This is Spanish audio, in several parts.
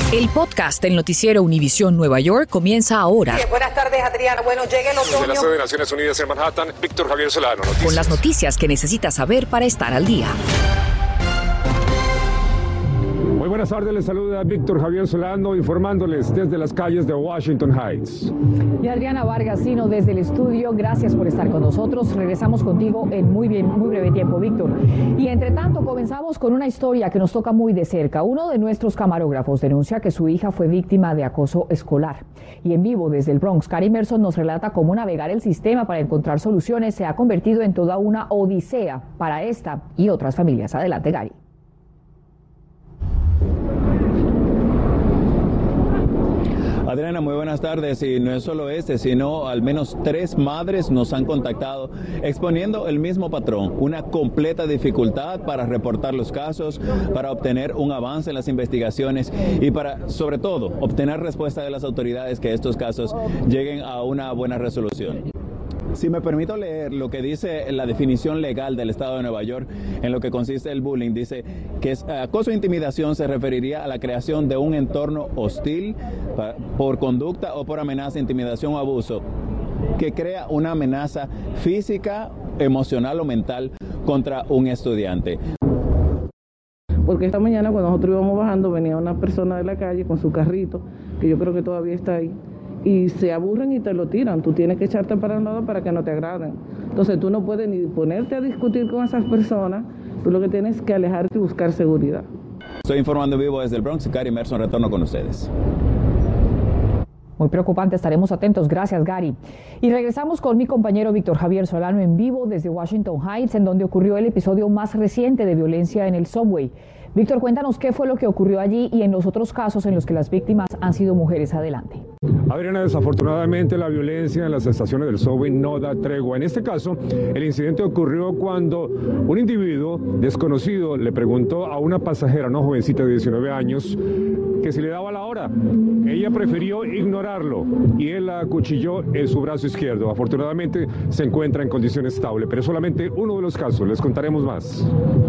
El podcast del noticiero Univisión Nueva York comienza ahora. Bien, buenas tardes, Adriana. Bueno, llega el otoño. Desde la sede de Naciones Unidas en Manhattan, Víctor Javier Solano. Noticias. Con las noticias que necesitas saber para estar al día. Muy buenas tardes, les saluda Víctor Javier Solano informándoles desde las calles de Washington Heights. Y Adriana Vargasino desde el estudio, gracias por estar con nosotros. Regresamos contigo en muy breve tiempo, Víctor. Y entre tanto comenzamos con una historia que nos toca muy de cerca. Uno de nuestros camarógrafos denuncia que su hija fue víctima de acoso escolar. Y en vivo desde el Bronx, Gary Merson nos relata cómo navegar el sistema para encontrar soluciones se ha convertido en toda una odisea para esta y otras familias. Adelante, Gary. Adriana, muy buenas tardes. Y no es solo sino al menos 3 madres nos han contactado exponiendo el mismo patrón, una completa dificultad para reportar los casos, para obtener un avance en las investigaciones y para, sobre todo, obtener respuesta de las autoridades que estos casos lleguen a una buena resolución. Si me permito leer lo que dice la definición legal del Estado de Nueva York en lo que consiste el bullying, dice que acoso e intimidación se referiría a la creación de un entorno hostil por conducta o por amenaza, intimidación o abuso que crea una amenaza física, emocional o mental contra un estudiante. Porque esta mañana cuando nosotros íbamos bajando venía una persona de la calle con su carrito, que yo creo que todavía está ahí, y se aburren y te lo tiran. Tú tienes que echarte para un lado para que no te agraden. Entonces tú no puedes ni ponerte a discutir con esas personas, tú lo que tienes que alejarte y buscar seguridad. Estoy informando en vivo desde el Bronx. Gary Merson, retorno con ustedes. Muy preocupante, estaremos atentos. Gracias, Gary. Y regresamos con mi compañero Víctor Javier Solano en vivo desde Washington Heights, en donde ocurrió el episodio más reciente de violencia en el subway. Víctor, cuéntanos qué fue lo que ocurrió allí y en los otros casos en los que las víctimas han sido mujeres. Adelante. Adriana, desafortunadamente la violencia en las estaciones del subway no da tregua. En este caso, el incidente ocurrió cuando un individuo desconocido le preguntó a una pasajera, una jovencita de 19 años, que si le daba la hora. Ella prefirió ignorarlo y él la acuchilló en su brazo izquierdo. Afortunadamente se encuentra en condición estable, pero es solamente uno de los casos. Les contaremos más.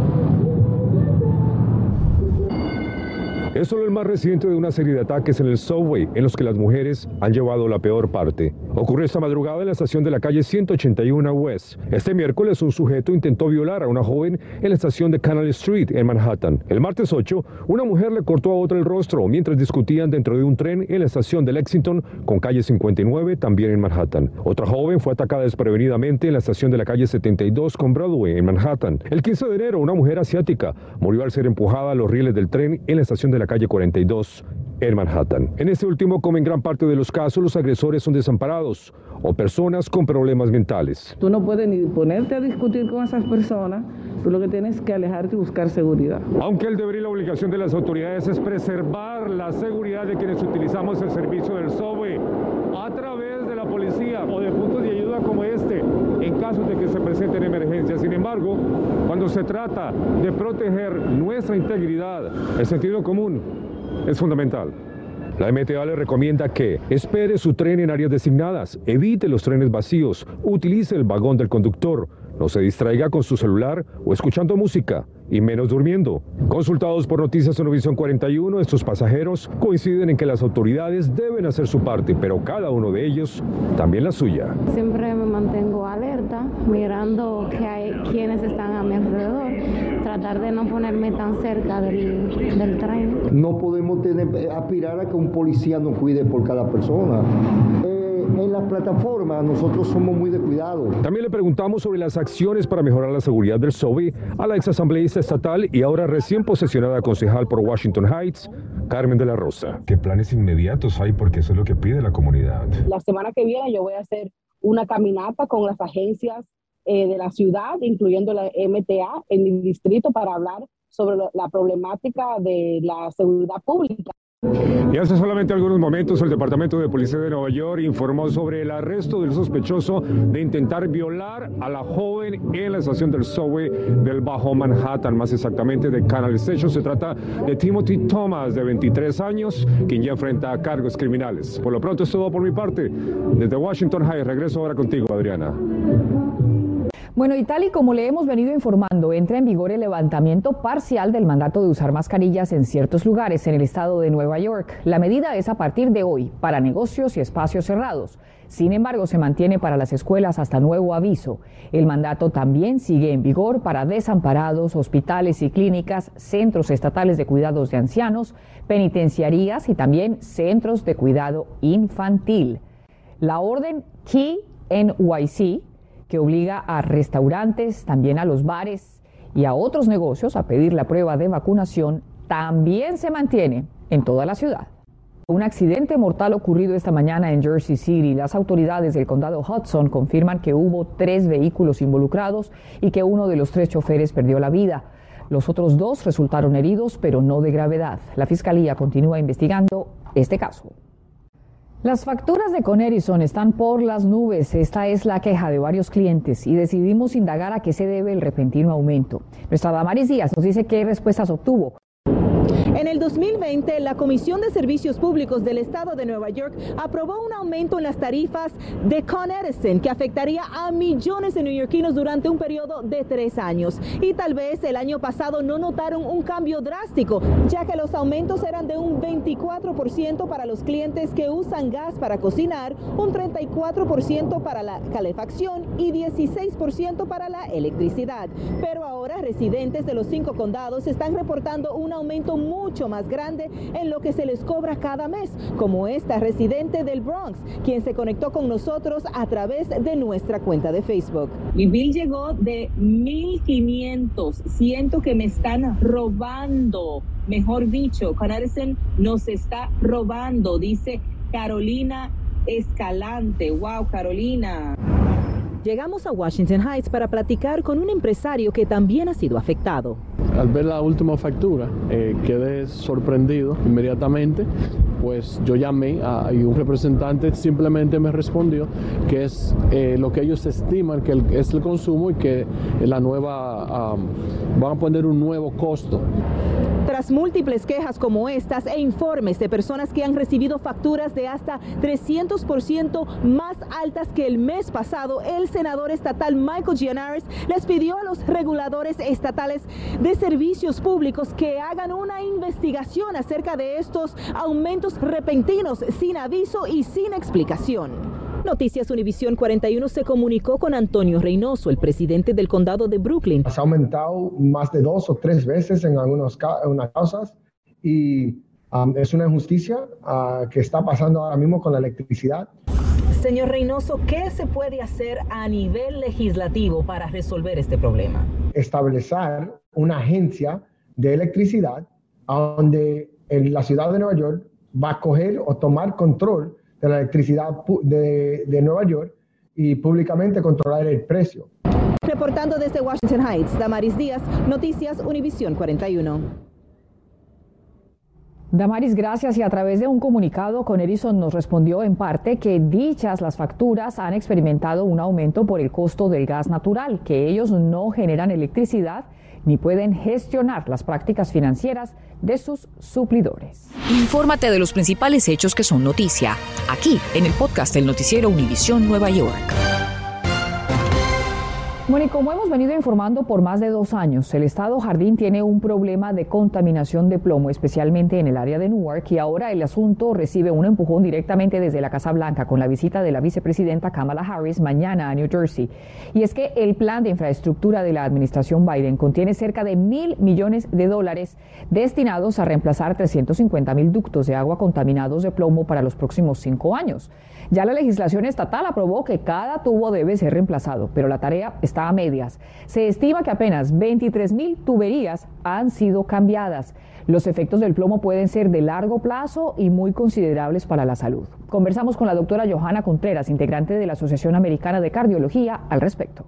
Es solo el más reciente de una serie de ataques en el subway en los que las mujeres han llevado la peor parte. Ocurrió esta madrugada en la estación de la calle 181 West. Este miércoles un sujeto intentó violar a una joven en la estación de Canal Street en Manhattan. El martes 8, una mujer le cortó a otra el rostro mientras discutían dentro de un tren en la estación de Lexington con calle 59 también en Manhattan. Otra joven fue atacada desprevenidamente en la estación de la calle 72 con Broadway en Manhattan. El 15 de enero una mujer asiática murió al ser empujada a los rieles del tren en la estación de la calle 42 en Manhattan. En este último, como en gran parte de los casos, los agresores son desamparados o personas con problemas mentales. Tú no puedes ni ponerte a discutir con esas personas, tú lo que tienes que alejarte y buscar seguridad. Aunque el deber y la obligación de las autoridades es preservar la seguridad de quienes utilizamos el servicio del subway a través de la policía o de puntos de ayuda como este, en caso de que se presenten emergencias. Sin embargo, cuando se trata de proteger nuestra integridad, el sentido común es fundamental. La MTA le recomienda que espere su tren en áreas designadas, evite los trenes vacíos, utilice el vagón del conductor, no se distraiga con su celular o escuchando música, y menos durmiendo. Consultados por Noticias Univisión 41, estos pasajeros coinciden en que las autoridades deben hacer su parte, pero cada uno de ellos también la suya. Siempre me mantengo alerta, mirando que hay quienes están a mi alrededor, tratar de no ponerme tan cerca del tren. No podemos aspirar a que un policía nos cuide por cada persona. En las plataformas nosotros somos muy descuidados. También le preguntamos sobre las acciones para mejorar la seguridad del subway a la exasambleísta estatal y ahora recién posesionada concejal por Washington Heights, Carmen de la Rosa. ¿Qué planes inmediatos hay? Porque eso es lo que pide la comunidad. La semana que viene yo voy a hacer una caminata con las agencias de la ciudad, incluyendo la MTA en mi distrito, para hablar sobre la problemática de la seguridad pública. Y hace solamente algunos momentos el Departamento de Policía de Nueva York informó sobre el arresto del sospechoso de intentar violar a la joven en la estación del subway del Bajo Manhattan, más exactamente de Canal Station. Se trata de Timothy Thomas, de 23 años, quien ya enfrenta cargos criminales. Por lo pronto es todo por mi parte. Desde Washington Heights, regreso ahora contigo, Adriana. Bueno, y tal y como le hemos venido informando, entra en vigor el levantamiento parcial del mandato de usar mascarillas en ciertos lugares en el estado de Nueva York. La medida es a partir de hoy para negocios y espacios cerrados. Sin embargo, se mantiene para las escuelas hasta nuevo aviso. El mandato también sigue en vigor para desamparados, hospitales y clínicas, centros estatales de cuidados de ancianos, penitenciarías y también centros de cuidado infantil. La orden Key NYC, que obliga a restaurantes, también a los bares y a otros negocios a pedir la prueba de vacunación, también se mantiene en toda la ciudad. Un accidente mortal ocurrido esta mañana en Jersey City. Las autoridades del condado Hudson confirman que hubo 3 vehículos involucrados y que uno de los 3 choferes perdió la vida. Los otros 2 resultaron heridos, pero no de gravedad. La fiscalía continúa investigando este caso. Las facturas de Con Edison están por las nubes. Esta es la queja de varios clientes y decidimos indagar a qué se debe el repentino aumento. Nuestra Damaris Díaz nos dice qué respuestas obtuvo. En el 2020, la Comisión de Servicios Públicos del Estado de Nueva York aprobó un aumento en las tarifas de Con Edison que afectaría a millones de neoyorquinos durante un periodo de 3 años. Y tal vez el año pasado no notaron un cambio drástico, ya que los aumentos eran de un 24% para los clientes que usan gas para cocinar, un 34% para la calefacción y 16% para la electricidad. Pero ahora residentes de los 5 condados están reportando un aumento mucho más grande en lo que se les cobra cada mes, como esta residente del Bronx, quien se conectó con nosotros a través de nuestra cuenta de Facebook. Mi bill llegó de 1,500. Siento que me están robando. Mejor dicho, Con Edison nos está robando, dice Carolina Escalante. Wow, Carolina. Llegamos a Washington Heights para platicar con un empresario que también ha sido afectado. Al ver la última factura, quedé sorprendido inmediatamente, pues yo llamé y un representante simplemente me respondió que es lo que ellos estiman que es el consumo y que la nueva van a poner un nuevo costo. Tras múltiples quejas como estas e informes de personas que han recibido facturas de hasta 300% más altas que el mes pasado, el senador estatal Michael Gianaris les pidió a los reguladores estatales de servicios públicos que hagan una investigación acerca de estos aumentos repentinos sin aviso y sin explicación. Noticias Univisión 41 se comunicó con Antonio Reynoso, el presidente del condado de Brooklyn. Se ha aumentado más de 2 o 3 veces en algunas causas y es una injusticia que está pasando ahora mismo con la electricidad. Señor Reynoso, ¿qué se puede hacer a nivel legislativo para resolver este problema? Establecer una agencia de electricidad donde la ciudad de Nueva York va a coger o tomar control de la electricidad de Nueva York y públicamente controlar el precio. Reportando desde Washington Heights, Damaris Díaz, Noticias Univisión 41. Damaris, gracias. Y a través de un comunicado, Con Edison nos respondió en parte que las facturas han experimentado un aumento por el costo del gas natural, que ellos no generan electricidad ni pueden gestionar las prácticas financieras de sus suplidores. Infórmate de los principales hechos que son noticia, aquí en el podcast del noticiero Univisión Nueva York. Bueno, y como hemos venido informando por más de 2 años, el estado Jardín tiene un problema de contaminación de plomo, especialmente en el área de Newark, y ahora el asunto recibe un empujón directamente desde la Casa Blanca con la visita de la vicepresidenta Kamala Harris mañana a New Jersey. Y es que el plan de infraestructura de la administración Biden contiene cerca de $1,000 millones destinados a reemplazar 350,000 ductos de agua contaminados de plomo para los próximos 5 años. Ya la legislación estatal aprobó que cada tubo debe ser reemplazado, pero la tarea está a medias. Se estima que apenas 23,000 tuberías han sido cambiadas. Los efectos del plomo pueden ser de largo plazo y muy considerables para la salud. Conversamos con la doctora Johanna Contreras, integrante de la Asociación Americana de Cardiología, al respecto.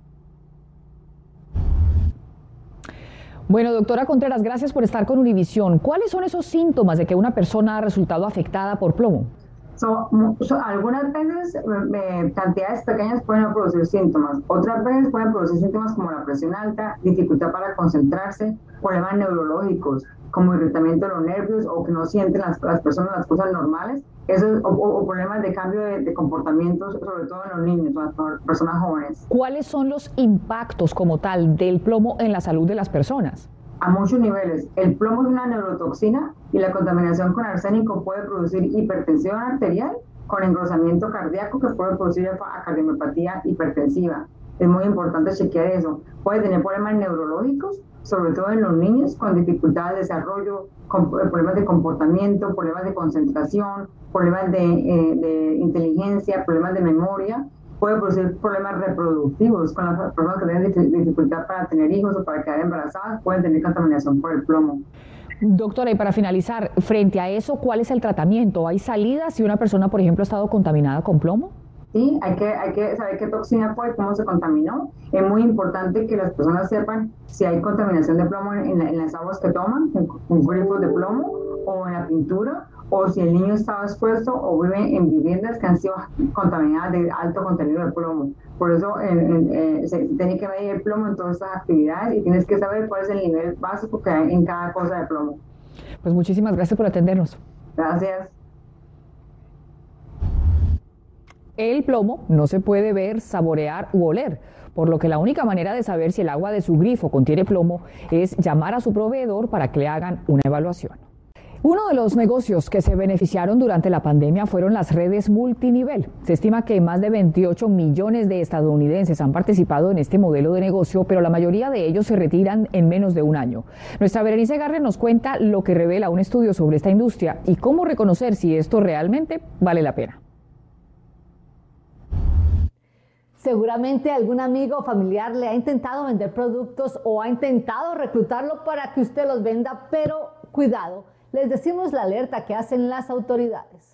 Bueno, doctora Contreras, gracias por estar con Univisión. ¿Cuáles son esos síntomas de que una persona ha resultado afectada por plomo? Algunas veces cantidades pequeñas pueden no producir síntomas, otras veces pueden producir síntomas como la presión alta, dificultad para concentrarse, problemas neurológicos como irritamiento de los nervios o que no sienten las personas las cosas normales, o problemas de cambio de comportamiento, sobre todo en los niños o en las personas jóvenes. ¿Cuáles son los impactos como tal del plomo en la salud de las personas? A muchos niveles. El plomo es una neurotoxina y la contaminación con arsénico puede producir hipertensión arterial con engrosamiento cardíaco que puede producir cardiomiopatía hipertensiva. Es muy importante chequear eso. Puede tener problemas neurológicos, sobre todo en los niños, con dificultad de desarrollo, con problemas de comportamiento, problemas de concentración, problemas de inteligencia, problemas de memoria. Puede producir problemas reproductivos con las personas que tienen dificultad para tener hijos o para quedar embarazadas, pueden tener contaminación por el plomo. Doctora, y para finalizar, frente a eso, ¿cuál es el tratamiento? ¿Hay salidas si una persona, por ejemplo, ha estado contaminada con plomo? Sí, hay que saber qué toxina fue, cómo se contaminó. Es muy importante que las personas sepan si hay contaminación de plomo en las aguas que toman, con grifos de plomo, o en la pintura, o si el niño estaba expuesto o vive en viviendas que han sido contaminadas de alto contenido de plomo. Por eso se tiene que medir el plomo en todas estas actividades y tienes que saber cuál es el nivel básico que hay en cada cosa de plomo. Pues muchísimas gracias por atendernos. Gracias. El plomo no se puede ver, saborear u oler, por lo que la única manera de saber si el agua de su grifo contiene plomo es llamar a su proveedor para que le hagan una evaluación. Uno de los negocios que se beneficiaron durante la pandemia fueron las redes multinivel. Se estima que más de 28 millones de estadounidenses han participado en este modelo de negocio, pero la mayoría de ellos se retiran en menos de un año. Nuestra Berenice Garre nos cuenta lo que revela un estudio sobre esta industria y cómo reconocer si esto realmente vale la pena. Seguramente algún amigo o familiar le ha intentado vender productos o ha intentado reclutarlo para que usted los venda, pero cuidado, les decimos la alerta que hacen las autoridades.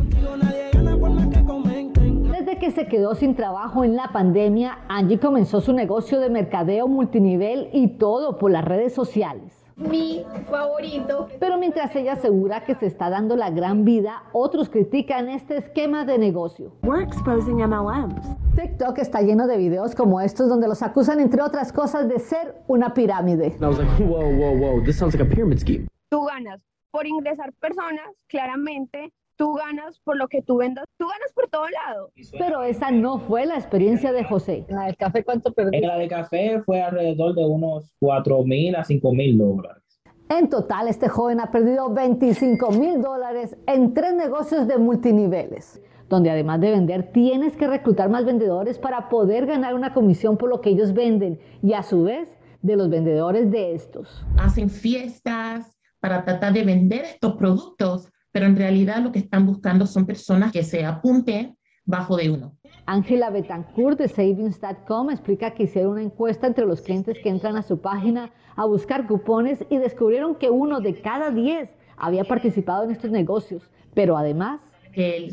Desde que se quedó sin trabajo en la pandemia, Angie comenzó su negocio de mercadeo multinivel y todo por las redes sociales. Mi favorito. Pero mientras ella asegura que se está dando la gran vida, otros critican este esquema de negocio. We're exposing MLMs. TikTok está lleno de videos como estos donde los acusan, entre otras cosas, de ser una pirámide. I was like, whoa, this sounds like a pyramid scheme. Tú ganas por ingresar personas, claramente. Tú ganas por lo que tú vendas, tú ganas por todo lado. Pero esa no fue la experiencia de José. ¿En la del café cuánto perdiste? En la de café fue alrededor de unos $4,000 a $5,000. En total, este joven ha perdido $25,000 en 3 negocios de multiniveles, donde además de vender, tienes que reclutar más vendedores para poder ganar una comisión por lo que ellos venden y a su vez de los vendedores de estos. Hacen fiestas para tratar de vender estos productos, pero en realidad lo que están buscando son personas que se apunten bajo de uno. Ángela Betancourt de Savings.com explica que hicieron una encuesta entre los clientes que entran a su página a buscar cupones y descubrieron que 1 de cada 10 había participado en estos negocios, pero además el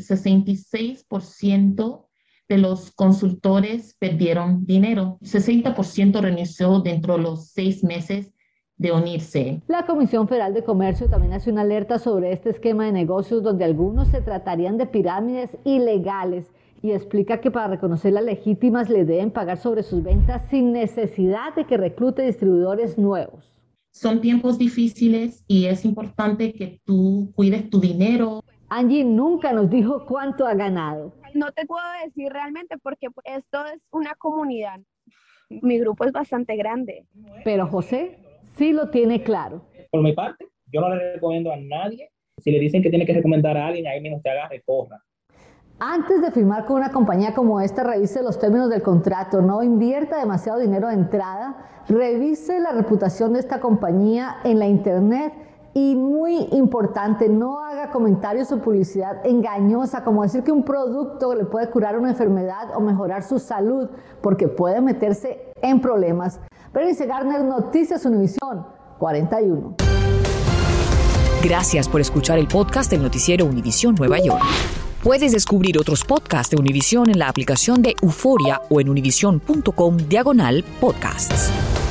66% de los consultores perdieron dinero, 60% renunció dentro de los 6 meses de unirse. La Comisión Federal de Comercio también hace una alerta sobre este esquema de negocios donde algunos se tratarían de pirámides ilegales y explica que para reconocer las legítimas le deben pagar sobre sus ventas sin necesidad de que reclute distribuidores nuevos. Son tiempos difíciles y es importante que tú cuides tu dinero. Angie nunca nos dijo cuánto ha ganado. No te puedo decir realmente porque esto es una comunidad. Mi grupo es bastante grande. Pero José sí lo tiene claro. Por mi parte, yo no le recomiendo a nadie. Si le dicen que tiene que recomendar a alguien, ahí mismo te agarre, corra. Antes de firmar con una compañía como esta, revise los términos del contrato, no invierta demasiado dinero de entrada, revise la reputación de esta compañía en la internet y muy importante, no haga comentarios o publicidad engañosa como decir que un producto le puede curar una enfermedad o mejorar su salud porque puede meterse en problemas. Berenice Garner, Noticias Univisión 41. Gracias por escuchar el podcast del noticiero Univisión Nueva York. Puedes descubrir otros podcasts de Univisión en la aplicación de Euforia o en univision.com/podcasts.